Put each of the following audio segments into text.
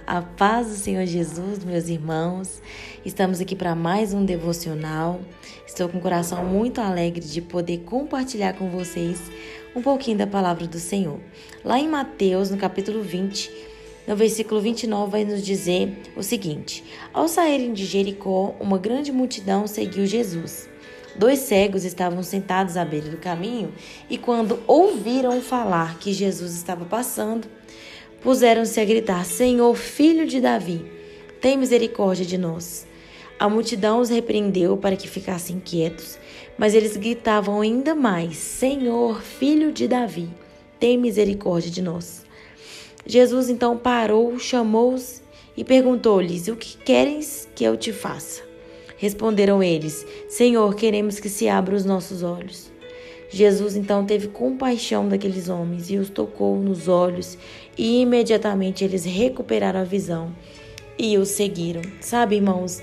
A paz do Senhor Jesus, meus irmãos. Estamos aqui para mais um devocional. Estou com o coração muito alegre de poder compartilhar com vocês um pouquinho da palavra do Senhor. Lá em Mateus, no capítulo 20, no versículo 29, vai nos dizer o seguinte: Ao saírem de Jericó, uma grande multidão seguiu Jesus. 2 cegos estavam sentados à beira do caminho e, quando ouviram falar que Jesus estava passando, puseram-se a gritar: Senhor, filho de Davi, tem misericórdia de nós. A multidão os repreendeu para que ficassem quietos, mas eles gritavam ainda mais: Senhor, filho de Davi, tem misericórdia de nós. Jesus então parou, chamou-os e perguntou-lhes: O que queres que eu te faça? Responderam eles: Senhor, queremos que se abra os nossos olhos. Jesus então teve compaixão daqueles homens e os tocou nos olhos, e imediatamente eles recuperaram a visão e os seguiram. Sabe, irmãos,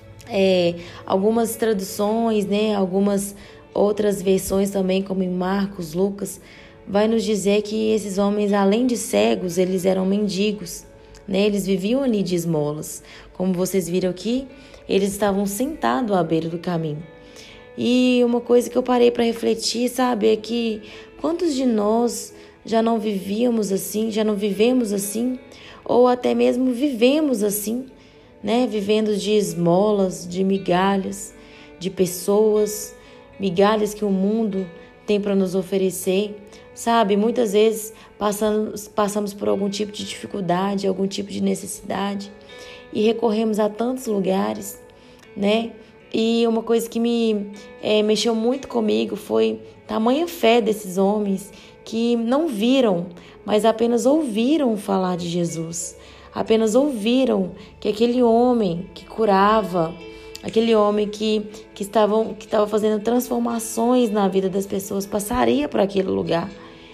algumas traduções, algumas outras versões também, como em Marcos, Lucas, vai nos dizer que esses homens, além de cegos, eles eram mendigos, Eles viviam ali de esmolas. Como vocês viram aqui, eles estavam sentados à beira do caminho. E uma coisa que eu parei para refletir, sabe, é que quantos de nós já não vivíamos assim, já não vivemos assim, ou até mesmo vivemos assim, vivendo de esmolas, de migalhas, de pessoas, migalhas que o mundo tem para nos oferecer, sabe? Muitas vezes passamos por algum tipo de dificuldade, algum tipo de necessidade e recorremos a tantos lugares, E uma coisa que me mexeu muito comigo foi tamanha fé desses homens que não viram, mas apenas ouviram falar de Jesus. Apenas ouviram que aquele homem que curava, aquele homem que estava fazendo transformações na vida das pessoas, passaria por aquele lugar.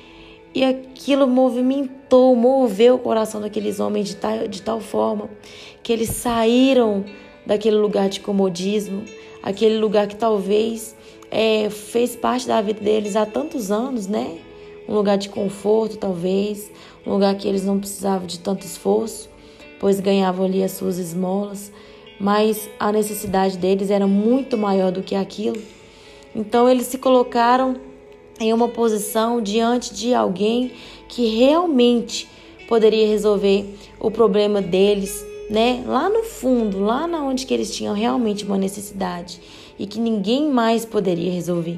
E aquilo moveu o coração daqueles homens de tal forma que eles saíram daquele lugar de comodismo, aquele lugar que talvez fez parte da vida deles há tantos anos, Um lugar de conforto, talvez, um lugar que eles não precisavam de tanto esforço, pois ganhavam ali as suas esmolas, mas a necessidade deles era muito maior do que aquilo. Então eles se colocaram em uma posição diante de alguém que realmente poderia resolver o problema deles, Lá no fundo, lá onde que eles tinham realmente uma necessidade e que ninguém mais poderia resolver.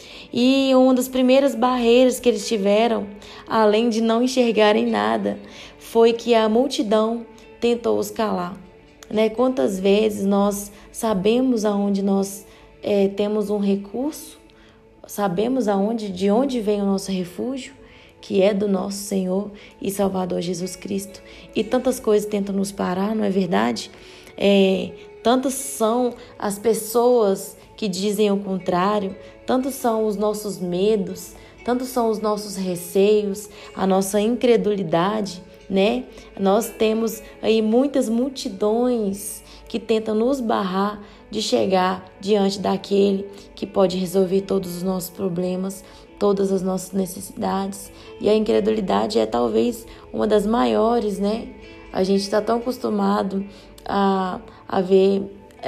E uma das primeiras barreiras que eles tiveram, além de não enxergarem nada, foi que a multidão tentou os calar. Quantas vezes nós sabemos aonde nós temos um recurso, sabemos de onde vem o nosso refúgio, que é do nosso Senhor e Salvador Jesus Cristo. E tantas coisas tentam nos parar, não é verdade? Tantas são as pessoas que dizem o contrário, tantos são os nossos medos, tantos são os nossos receios, a nossa incredulidade, Nós temos aí muitas multidões que tentam nos barrar de chegar diante daquele que pode resolver todos os nossos problemas, todas as nossas necessidades. E a incredulidade é talvez uma das maiores, A gente está tão acostumado a ver,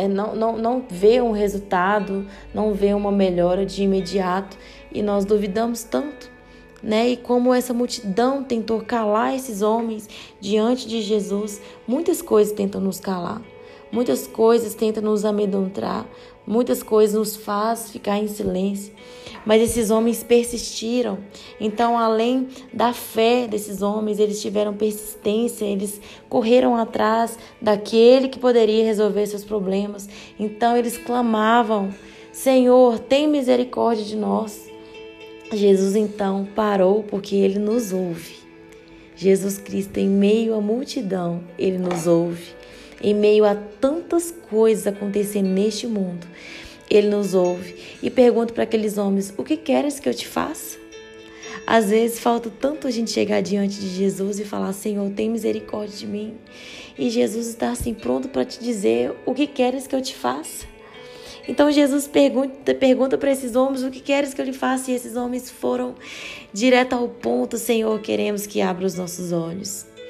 não ver um resultado, não ver uma melhora de imediato, e nós duvidamos tanto, E como essa multidão tentou calar esses homens diante de Jesus, muitas coisas tentam nos calar. Muitas coisas tentam nos amedrontar, muitas coisas nos faz ficar em silêncio, mas esses homens persistiram. Então, além da fé desses homens, eles tiveram persistência, eles correram atrás daquele que poderia resolver seus problemas. Então, eles clamavam: Senhor, tem misericórdia de nós. Jesus então parou, porque ele nos ouve. Jesus Cristo, em meio à multidão, ele nos ouve. Em meio a tantas coisas acontecendo neste mundo, ele nos ouve e pergunta para aqueles homens: o que queres que eu te faça? Às vezes falta tanto a gente chegar diante de Jesus e falar: Senhor, tem misericórdia de mim. E Jesus está assim pronto para te dizer: o que queres que eu te faça? Então Jesus pergunta para esses homens: o que queres que eu lhe faça? E esses homens foram direto ao ponto: Senhor, queremos que abra os nossos olhos.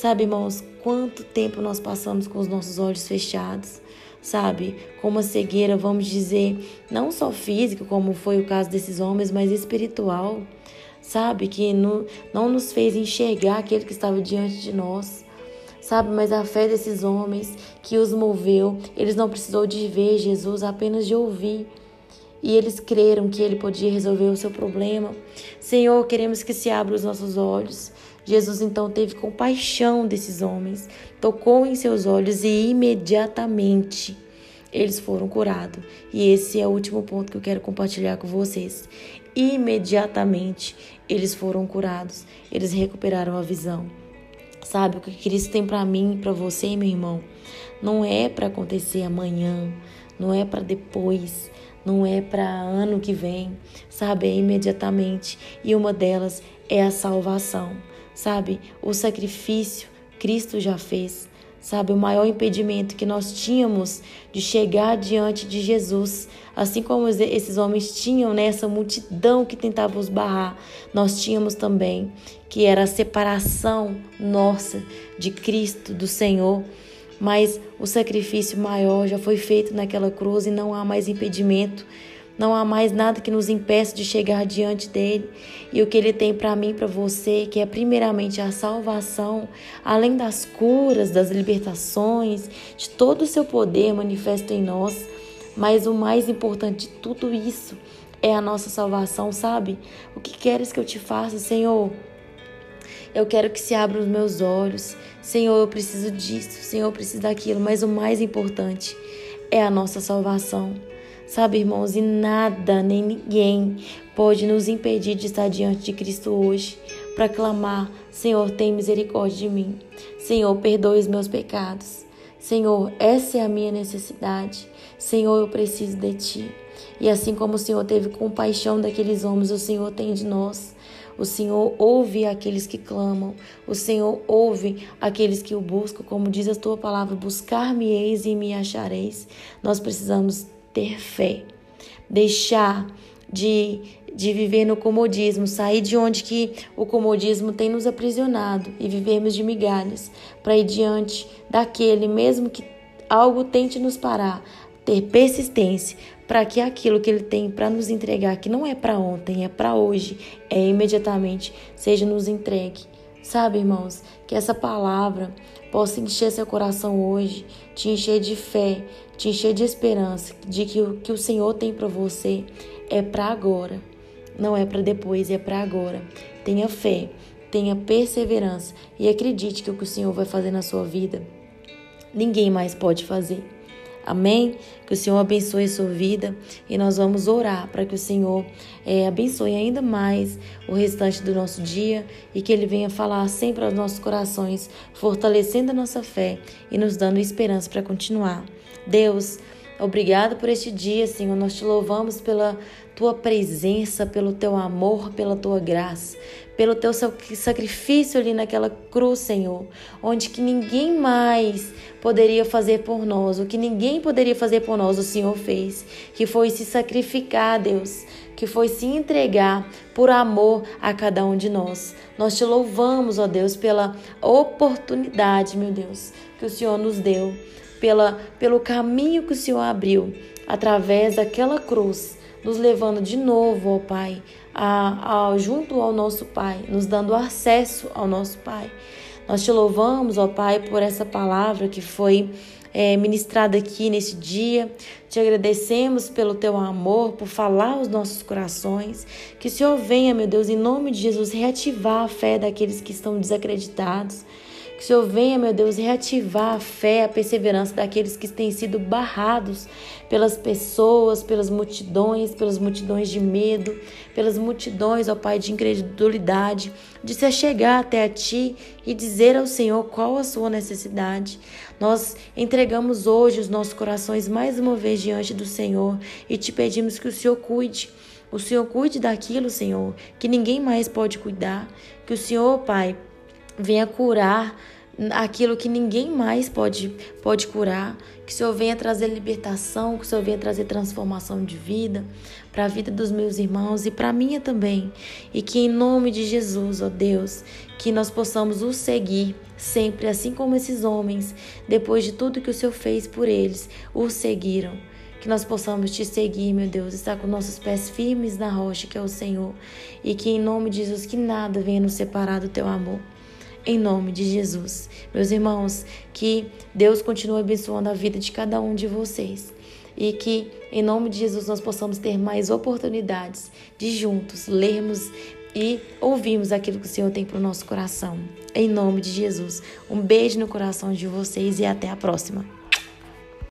Sabe, irmãos, quanto tempo nós passamos com os nossos olhos fechados, sabe? Com uma cegueira, vamos dizer, não só física, como foi o caso desses homens, mas espiritual, sabe? Que não nos fez enxergar aquele que estava diante de nós, sabe? Mas a fé desses homens que os moveu, eles não precisou de ver Jesus, apenas de ouvir. E eles creram que ele podia resolver o seu problema. Senhor, queremos que se abra os nossos olhos. Jesus então teve compaixão desses homens, tocou em seus olhos e imediatamente eles foram curados. E esse é o último ponto que eu quero compartilhar com vocês. Imediatamente eles foram curados, eles recuperaram a visão. Sabe, o que Cristo tem para mim e para você, meu irmão, não é para acontecer amanhã, não é para depois, não é para ano que vem, sabe, é imediatamente. E uma delas é a salvação, sabe, o sacrifício Cristo já fez, sabe, o maior impedimento que nós tínhamos de chegar diante de Jesus, assim como esses homens tinham, né, essa multidão que tentava os barrar, nós tínhamos também, que era a separação nossa de Cristo, do Senhor. Mas o sacrifício maior já foi feito naquela cruz e não há mais impedimento, não há mais nada que nos impeça de chegar diante dele. E o que ele tem para mim e para você, que é primeiramente a salvação, além das curas, das libertações, de todo o seu poder manifesto em nós. Mas o mais importante de tudo isso é a nossa salvação, sabe? O que queres que eu te faça, Senhor? Eu quero que se abram os meus olhos. Senhor, eu preciso disso. Senhor, eu preciso daquilo. Mas o mais importante é a nossa salvação. Sabe, irmãos, e nada, nem ninguém pode nos impedir de estar diante de Cristo hoje para clamar: Senhor, tem misericórdia de mim. Senhor, perdoe os meus pecados. Senhor, essa é a minha necessidade. Senhor, eu preciso de Ti. E assim como o Senhor teve compaixão daqueles homens, o Senhor tem de nós. O Senhor ouve aqueles que clamam. O Senhor ouve aqueles que o buscam. Como diz a Tua palavra, buscar-me-eis e me achareis. Nós precisamos ter fé. Deixar de viver no comodismo. Sair de onde que o comodismo tem nos aprisionado e vivermos de migalhas. Para ir diante daquele, mesmo que algo tente nos parar. Ter persistência para que aquilo que Ele tem para nos entregar, que não é para ontem, é para hoje, é imediatamente, seja nos entregue. Sabe, irmãos, que essa palavra possa encher seu coração hoje, te encher de fé, te encher de esperança, de que o que o Senhor tem para você é para agora, não é para depois, é para agora. Tenha fé, tenha perseverança e acredite que o que o Senhor vai fazer na sua vida, ninguém mais pode fazer. Amém? Que o Senhor abençoe a sua vida e nós vamos orar para que o Senhor abençoe ainda mais o restante do nosso dia e que Ele venha falar sempre aos nossos corações, fortalecendo a nossa fé e nos dando esperança para continuar. Deus, obrigado por este dia, Senhor. Nós te louvamos pela Tua presença, pelo Teu amor, pela Tua graça, pelo Teu sacrifício ali naquela cruz, Senhor, onde que ninguém mais poderia fazer por nós, o que ninguém poderia fazer por nós, o Senhor fez, que foi se sacrificar, Deus, que foi se entregar por amor a cada um de nós. Nós te louvamos, ó Deus, pela oportunidade, meu Deus, que o Senhor nos deu, pelo caminho que o Senhor abriu através daquela cruz, nos levando de novo, ó Pai, junto ao nosso Pai, nos dando acesso ao nosso Pai. Nós te louvamos, ó Pai, por essa palavra que foi ministrada aqui nesse dia. Te agradecemos pelo Teu amor, por falar aos nossos corações. Que o Senhor venha, meu Deus, em nome de Jesus, reativar a fé daqueles que estão desacreditados. Que o Senhor venha, meu Deus, reativar a fé, a perseverança daqueles que têm sido barrados pelas pessoas, pelas multidões de medo, pelas multidões, ó Pai, de incredulidade, de se chegar até a Ti e dizer ao Senhor qual a sua necessidade. Nós entregamos hoje os nossos corações mais uma vez diante do Senhor e te pedimos que o Senhor cuide. O Senhor cuide daquilo, Senhor, que ninguém mais pode cuidar. Que o Senhor, Pai, venha curar aquilo que ninguém mais pode curar. Que o Senhor venha trazer libertação, que o Senhor venha trazer transformação de vida para a vida dos meus irmãos e para a minha também. E que em nome de Jesus, ó Deus, que nós possamos o seguir sempre, assim como esses homens, depois de tudo que o Senhor fez por eles, o seguiram. Que nós possamos te seguir, meu Deus, estar com nossos pés firmes na rocha que é o Senhor, e que em nome de Jesus, que nada venha nos separar do teu amor. Em nome de Jesus. Meus irmãos, que Deus continue abençoando a vida de cada um de vocês. E que, em nome de Jesus, nós possamos ter mais oportunidades de juntos lermos e ouvirmos aquilo que o Senhor tem para o nosso coração. Em nome de Jesus. Um beijo no coração de vocês e até a próxima.